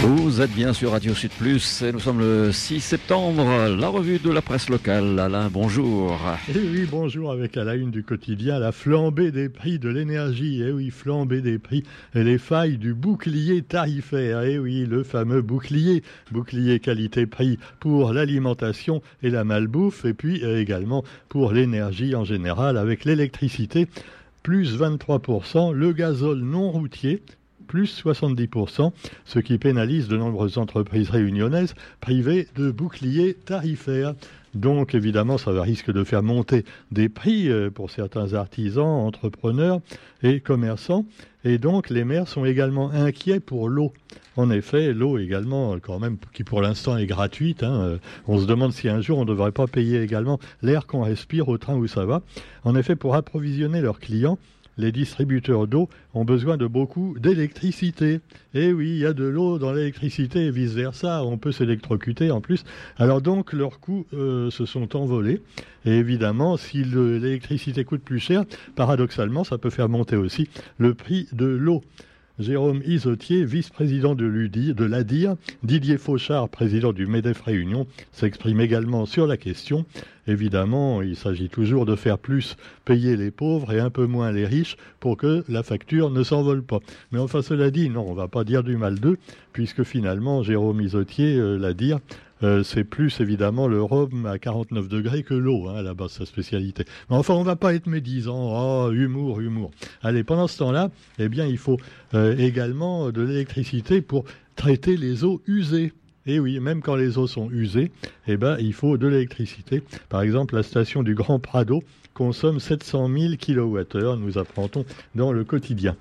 Vous êtes bien sur Radio Sud Plus et nous sommes le 6 septembre, la revue de la presse locale. Alain, bonjour. Eh oui, bonjour, avec à la une du quotidien, la flambée des prix de l'énergie. Eh oui, flambée des prix et les failles du bouclier tarifaire. Eh oui, le fameux bouclier qualité-prix pour l'alimentation et la malbouffe, et puis également pour l'énergie en général, avec l'électricité, plus 23%, le gazole non routier, plus 70%, ce qui pénalise de nombreuses entreprises réunionnaises privées de boucliers tarifaires. Donc évidemment, ça risque de faire monter des prix pour certains artisans, entrepreneurs et commerçants. Et donc les maires sont également inquiets pour l'eau. En effet, l'eau également, quand même, qui pour l'instant est gratuite. On se demande si un jour on ne devrait pas payer également l'air qu'on respire au train où ça va. En effet, pour approvisionner leurs clients, les distributeurs d'eau ont besoin de beaucoup d'électricité. Et oui, il y a de l'eau dans l'électricité et vice-versa. On peut s'électrocuter en plus. Alors donc, leurs coûts se sont envolés. Et évidemment, si l'électricité coûte plus cher, paradoxalement, ça peut faire monter aussi le prix de l'eau. Jérôme Isotier, vice-président de l'ADIR, Didier Fauchard, président du MEDEF Réunion, s'exprime également sur la question. Évidemment, il s'agit toujours de faire plus payer les pauvres et un peu moins les riches pour que la facture ne s'envole pas. Mais enfin, cela dit, non, on ne va pas dire du mal d'eux, puisque finalement, Jérôme Isotier, l'ADIR, c'est plus évidemment le rhum à 49 degrés que l'eau, là-bas, sa spécialité. Mais enfin, on ne va pas être médisant. Oh, humour. Allez, pendant ce temps-là, eh bien, il faut également de l'électricité pour traiter les eaux usées. Et oui, même quand les eaux sont usées, eh ben, il faut de l'électricité. Par exemple, la station du Grand Prado consomme 700 000 kWh, nous apprend-on dans le quotidien.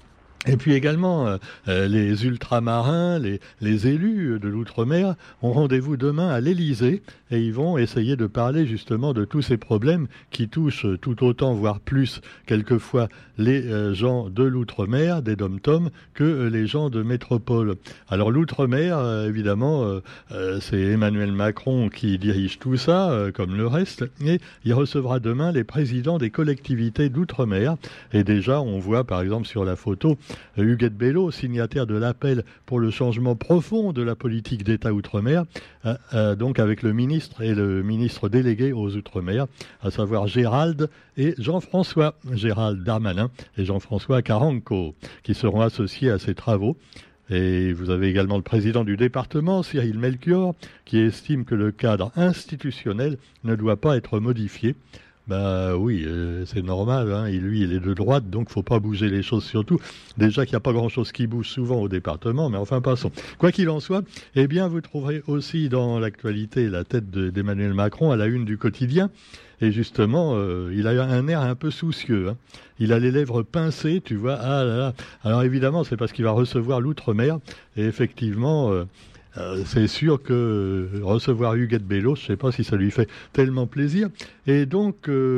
Et puis également, les ultramarins, les élus de l'outre-mer ont rendez-vous demain à l'Élysée et ils vont essayer de parler justement de tous ces problèmes qui touchent tout autant, voire plus, quelquefois, les gens de l'outre-mer, des dom-toms, que les gens de métropole. Alors l'outre-mer, évidemment, c'est Emmanuel Macron qui dirige tout ça, comme le reste, et il recevra demain les présidents des collectivités d'outre-mer. Et déjà, on voit par exemple sur la photo Huguette Bello, signataire de l'appel pour le changement profond de la politique d'État outre-mer, donc avec le ministre et le ministre délégué aux outre-mer, à savoir Gérald Darmanin et Jean-François Carenco, qui seront associés à ces travaux. Et vous avez également le président du département, Cyril Melchior, qui estime que le cadre institutionnel ne doit pas être modifié. Ben oui, c'est normal, il est de droite, donc faut pas bouger les choses surtout. Déjà qu'il n'y a pas grand-chose qui bouge souvent au département, mais enfin passons. Quoi qu'il en soit, eh bien vous trouverez aussi dans l'actualité la tête d'Emmanuel Macron à la une du quotidien. Et justement, il a un air un peu soucieux. Il a les lèvres pincées, tu vois. Ah là là. Alors évidemment, c'est parce qu'il va recevoir l'outre-mer. Et effectivement... c'est sûr que recevoir Huguette Bello, je ne sais pas si ça lui fait tellement plaisir. Et donc,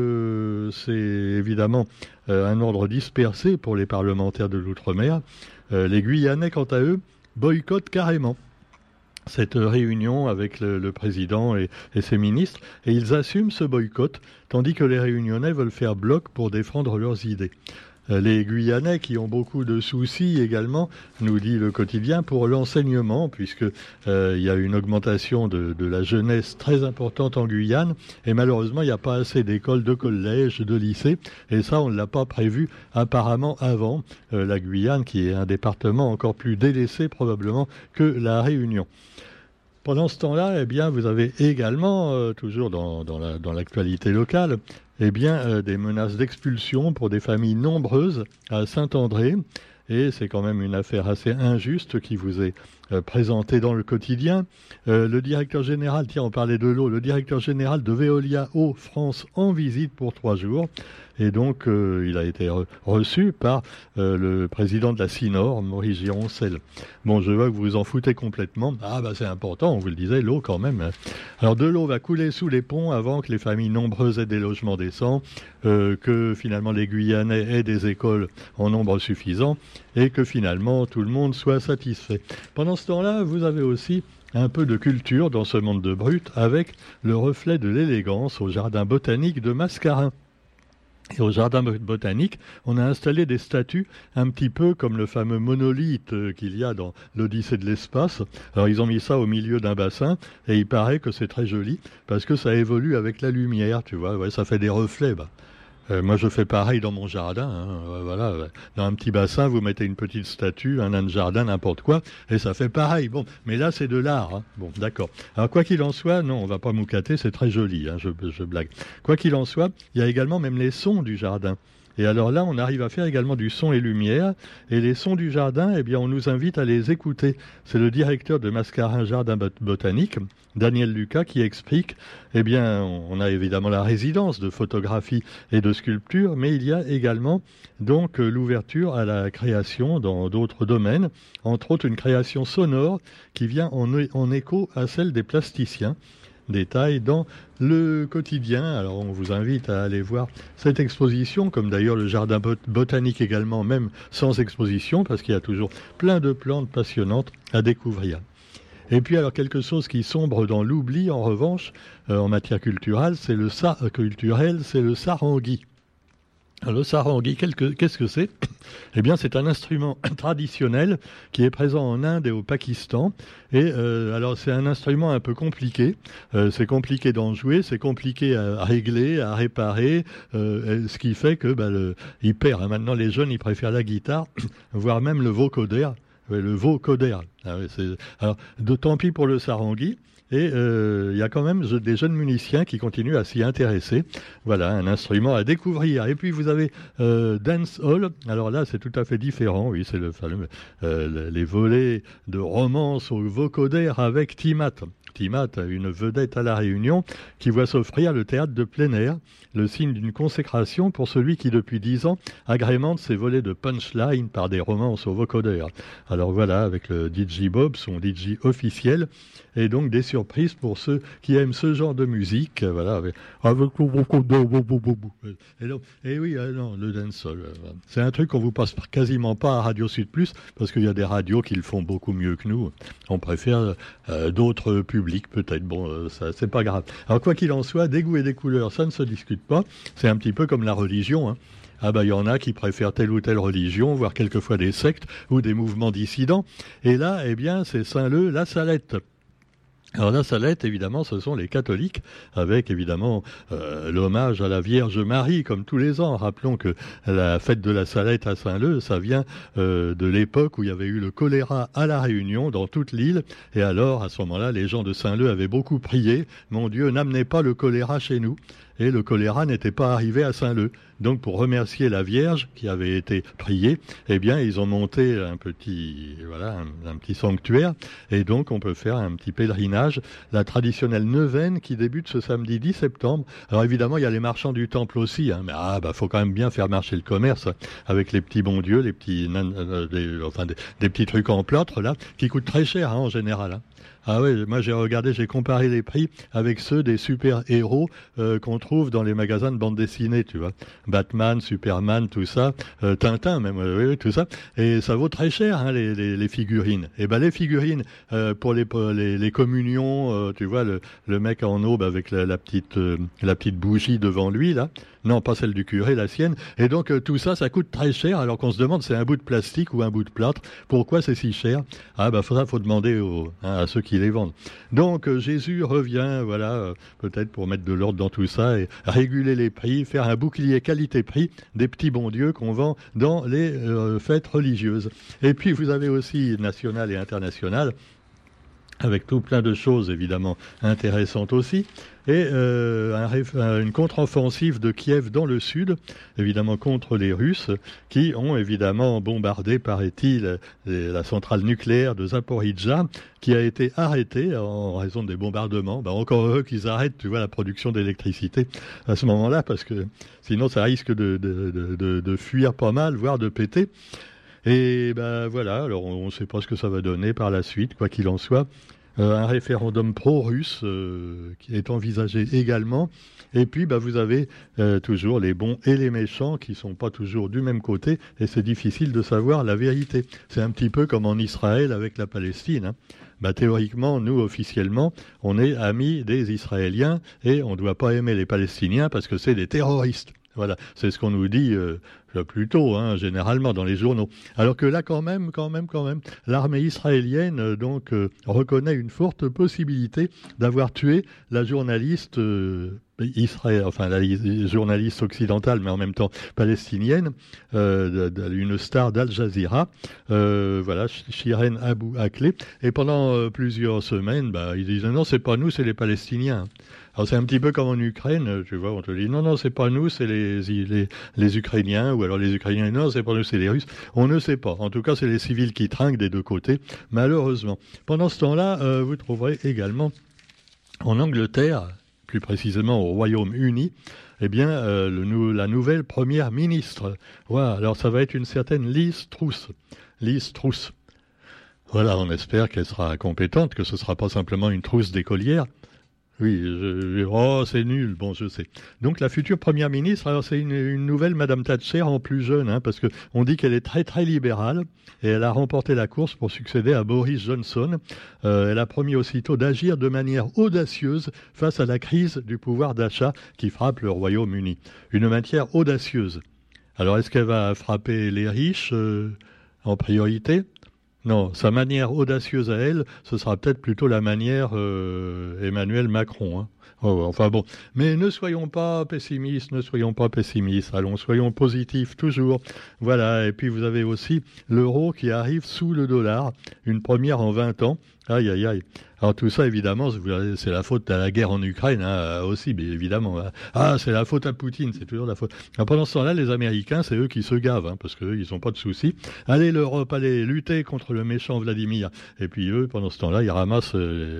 c'est évidemment un ordre dispersé pour les parlementaires de l'outre-mer. Les Guyanais, quant à eux, boycottent carrément cette réunion avec le président et ses ministres. Et ils assument ce boycott, tandis que les Réunionnais veulent faire bloc pour défendre leurs idées. Les Guyanais qui ont beaucoup de soucis également, nous dit le quotidien, pour l'enseignement, puisque il y a une augmentation de la jeunesse très importante en Guyane, et malheureusement il n'y a pas assez d'écoles, de collèges, de lycées, et ça on ne l'a pas prévu apparemment avant. La Guyane qui est un département encore plus délaissé probablement que la Réunion. Pendant ce temps-là, eh bien, vous avez également, toujours dans l'actualité locale, eh bien, des menaces d'expulsion pour des familles nombreuses à Saint-André. Et c'est quand même une affaire assez injuste qui vous est présentée dans le quotidien. Le directeur général, tiens, on parlait de l'eau, le directeur général de Veolia Eau France en visite pour 3 jours. Et donc, il a été reçu par le président de la CINOR, Maurice Gironcel. Bon, je vois que vous vous en foutez complètement. Ah, bah c'est important, on vous le disait, l'eau quand même. Alors, de l'eau va couler sous les ponts avant que les familles nombreuses aient des logements décents, que finalement les Guyanais aient des écoles en nombre suffisant, et que finalement tout le monde soit satisfait. Pendant ce temps-là, vous avez aussi un peu de culture dans ce monde de brut avec le reflet de l'élégance au jardin botanique de Mascarin. Et au jardin botanique, on a installé des statues un petit peu comme le fameux monolithe qu'il y a dans l'Odyssée de l'espace. Alors ils ont mis ça au milieu d'un bassin et il paraît que c'est très joli parce que ça évolue avec la lumière, tu vois, ouais, ça fait des reflets. Moi je fais pareil dans mon jardin, voilà. Dans un petit bassin, vous mettez une petite statue, un nain de jardin, n'importe quoi, et ça fait pareil. Bon, mais là c'est de l'art. Hein. Bon, d'accord. Alors quoi qu'il en soit, non, on va pas moucater, c'est très joli, hein, je blague. Quoi qu'il en soit, il y a également même les sons du jardin. Et alors là, on arrive à faire également du son et lumière. Et les sons du jardin, eh bien, on nous invite à les écouter. C'est le directeur de Mascarin Jardin Botanique, Daniel Lucas, qui explique, eh bien, on a évidemment la résidence de photographie et de sculpture, mais il y a également donc l'ouverture à la création dans d'autres domaines, entre autres une création sonore qui vient en écho à celle des plasticiens. Détails dans le quotidien. Alors on vous invite à aller voir cette exposition, comme d'ailleurs le jardin botanique également, même sans exposition, parce qu'il y a toujours plein de plantes passionnantes à découvrir. Et puis alors quelque chose qui sombre dans l'oubli en revanche, en matière culturelle, c'est le sarangi. Alors, le sarangi, qu'est-ce que c'est ? Eh bien, c'est un instrument traditionnel qui est présent en Inde et au Pakistan. Et alors, c'est un instrument un peu compliqué. C'est compliqué d'en jouer, c'est compliqué à régler, à réparer, ce qui fait que il perd. Hein. Maintenant, les jeunes, ils préfèrent la guitare, voire même le vocoder. Ouais, le vocoder. Ah ouais, alors, tant pis pour le sarangi. Et il y a quand même des jeunes musiciens qui continuent à s'y intéresser. Voilà, un instrument à découvrir. Et puis vous avez Dance Hall. Alors là, c'est tout à fait différent. Oui, c'est le fameux les volets de romance au vocoder avec Timat. Timat, une vedette à La Réunion, qui voit s'offrir le théâtre de plein air, le signe d'une consécration pour celui qui, depuis 10 ans, agrémente ses volets de punchline par des romances au vocoder. Alors voilà, avec le DJ Bob, son DJ officiel, et donc des surprises pour ceux qui aiment ce genre de musique. Voilà, avec le vocoder. Et oui, non, le dancehall, c'est un truc qu'on vous passe quasiment pas à Radio Sud Plus, parce qu'il y a des radios qui le font beaucoup mieux que nous. On préfère d'autres publics, peut-être. Bon, ça, c'est pas grave. Alors, quoi qu'il en soit, des goûts et des couleurs, ça ne se discute pas. C'est un petit peu comme la religion, hein. Ah il y en a qui préfèrent telle ou telle religion, voire quelquefois des sectes ou des mouvements dissidents. Et là, eh bien, c'est Saint-Leu, la Salette. Alors la Salette, évidemment, ce sont les catholiques, avec évidemment l'hommage à la Vierge Marie, comme tous les ans. Rappelons que la fête de la Salette à Saint-Leu, ça vient de l'époque où il y avait eu le choléra à La Réunion, dans toute l'île. Et alors, à ce moment-là, les gens de Saint-Leu avaient beaucoup prié. Mon Dieu, n'amenez pas le choléra chez nous. Et le choléra n'était pas arrivé à Saint-Leu. Donc, pour remercier la Vierge qui avait été priée, eh bien, ils ont monté un petit sanctuaire. Et donc, on peut faire un petit pèlerinage, la traditionnelle neuvaine qui débute ce samedi 10 septembre. Alors, évidemment, il y a les marchands du temple aussi, hein, mais faut quand même bien faire marcher le commerce avec les petits bons dieux, les petits, des petits trucs en plâtre là, qui coûtent très cher, hein, en général. Hein. Ah oui, moi j'ai comparé les prix avec ceux des super-héros qu'on trouve dans les magasins de bande dessinée, tu vois. Batman, Superman, tout ça, Tintin même, oui, tout ça. Et ça vaut très cher, hein, les figurines. Et les figurines, pour les communions, tu vois, le mec en aube avec la petite bougie devant lui, là. Non, pas celle du curé, la sienne. Et donc tout ça, ça coûte très cher, alors qu'on se demande c'est un bout de plastique ou un bout de plâtre. Pourquoi c'est si cher ? Faut demander à ceux qui les vendent. Donc Jésus revient, voilà, peut-être pour mettre de l'ordre dans tout ça et réguler les prix, faire un bouclier qualité-prix des petits bons dieux qu'on vend dans les fêtes religieuses. Et puis vous avez aussi national et international, avec tout plein de choses évidemment intéressantes aussi, et une contre-offensive de Kiev dans le sud, évidemment contre les Russes, qui ont évidemment bombardé, paraît-il, la centrale nucléaire de Zaporizhzhia, qui a été arrêtée en raison des bombardements. Encore heureux qu'ils arrêtent, tu vois, la production d'électricité à ce moment-là, parce que sinon ça risque de fuir pas mal, voire de péter. Et voilà, alors on ne sait pas ce que ça va donner par la suite, quoi qu'il en soit. Un référendum pro-russe qui est envisagé également. Et puis vous avez toujours les bons et les méchants qui ne sont pas toujours du même côté, et c'est difficile de savoir la vérité. C'est un petit peu comme en Israël avec la Palestine, hein. Théoriquement, nous, officiellement, on est amis des Israéliens et on ne doit pas aimer les Palestiniens parce que c'est des terroristes. Voilà, c'est ce qu'on nous dit plus tôt, hein, généralement dans les journaux. Alors que là, quand même, l'armée israélienne reconnaît une forte possibilité d'avoir tué la journaliste la journaliste occidentale, mais en même temps palestinienne, une star d'Al Jazeera, Shiren Abu Akleh. Et pendant plusieurs semaines, ils disaient non, c'est pas nous, c'est les Palestiniens. Alors c'est un petit peu comme en Ukraine, tu vois, on te dit non, c'est pas nous, c'est les Ukrainiens, ou alors les Ukrainiens, non, c'est pas nous, c'est les Russes. On ne sait pas. En tout cas, c'est les civils qui trinquent des deux côtés, malheureusement. Pendant ce temps-là, vous trouverez également en Angleterre, plus précisément au Royaume-Uni, la nouvelle première ministre. Voilà, alors ça va être une certaine Liz Truss. Liz Truss. Voilà, on espère qu'elle sera compétente, que ce ne sera pas simplement une trousse d'écolière. Oui, c'est nul, bon, je sais. Donc la future première ministre, alors c'est une nouvelle Madame Thatcher en plus jeune, hein, parce que on dit qu'elle est très très libérale, et elle a remporté la course pour succéder à Boris Johnson. Elle a promis aussitôt d'agir de manière audacieuse face à la crise du pouvoir d'achat qui frappe le Royaume-Uni. Une matière audacieuse. Alors est-ce qu'elle va frapper les riches en priorité ? Non, sa manière audacieuse à elle, ce sera peut-être plutôt la manière Emmanuel Macron. Hein. Enfin bon, mais ne soyons pas pessimistes, allons, soyons positifs toujours. Voilà, et puis vous avez aussi l'euro qui arrive sous le dollar, une première en 20 ans. Aïe, aïe, aïe. Alors tout ça, évidemment, c'est la faute à la guerre en Ukraine, hein, aussi, mais évidemment. Ah, c'est la faute à Poutine, c'est toujours la faute. Alors, pendant ce temps-là, les Américains, c'est eux qui se gavent, hein, parce qu'eux, ils n'ont pas de soucis. Allez, l'Europe, allez lutter contre le méchant Vladimir. Et puis eux, pendant ce temps-là, ils ramassent...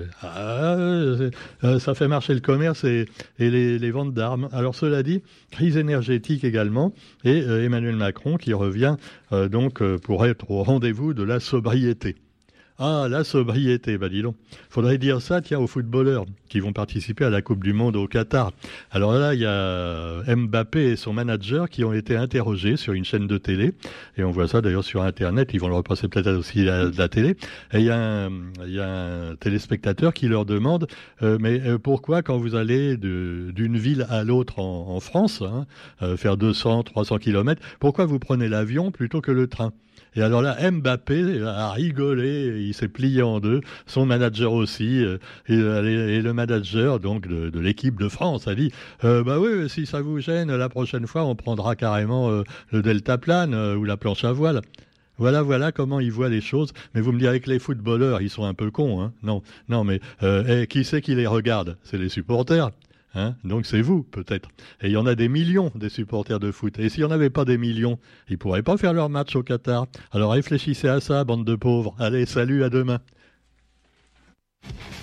ça fait marcher le commerce et les ventes d'armes. Alors cela dit, crise énergétique également, et Emmanuel Macron qui revient pour être au rendez-vous de la sobriété. Ah, la sobriété, dis donc. Faudrait dire ça, tiens, aux footballeurs qui vont participer à la Coupe du Monde au Qatar. Alors là, il y a Mbappé et son manager qui ont été interrogés sur une chaîne de télé. Et on voit ça d'ailleurs sur Internet. Ils vont le repasser peut-être aussi à la télé. Et il y a un téléspectateur qui leur demande pourquoi quand vous allez d'une ville à l'autre en France, faire 200, 300 kilomètres, pourquoi vous prenez l'avion plutôt que le train ? Et alors là, Mbappé a rigolé, il s'est plié en deux, son manager aussi, et le manager donc de l'équipe de France a dit oui, si ça vous gêne, la prochaine fois on prendra carrément le deltaplane ou la planche à voile. Voilà comment ils voient les choses. Mais vous me direz que les footballeurs, ils sont un peu cons, hein. Non, mais qui c'est qui les regarde ? C'est les supporters. Hein, donc c'est vous, peut-être. Et il y en a des millions des supporters de foot. Et s'il n'y en avait pas des millions, ils ne pourraient pas faire leur match au Qatar. Alors réfléchissez à ça, bande de pauvres. Allez, salut, à demain.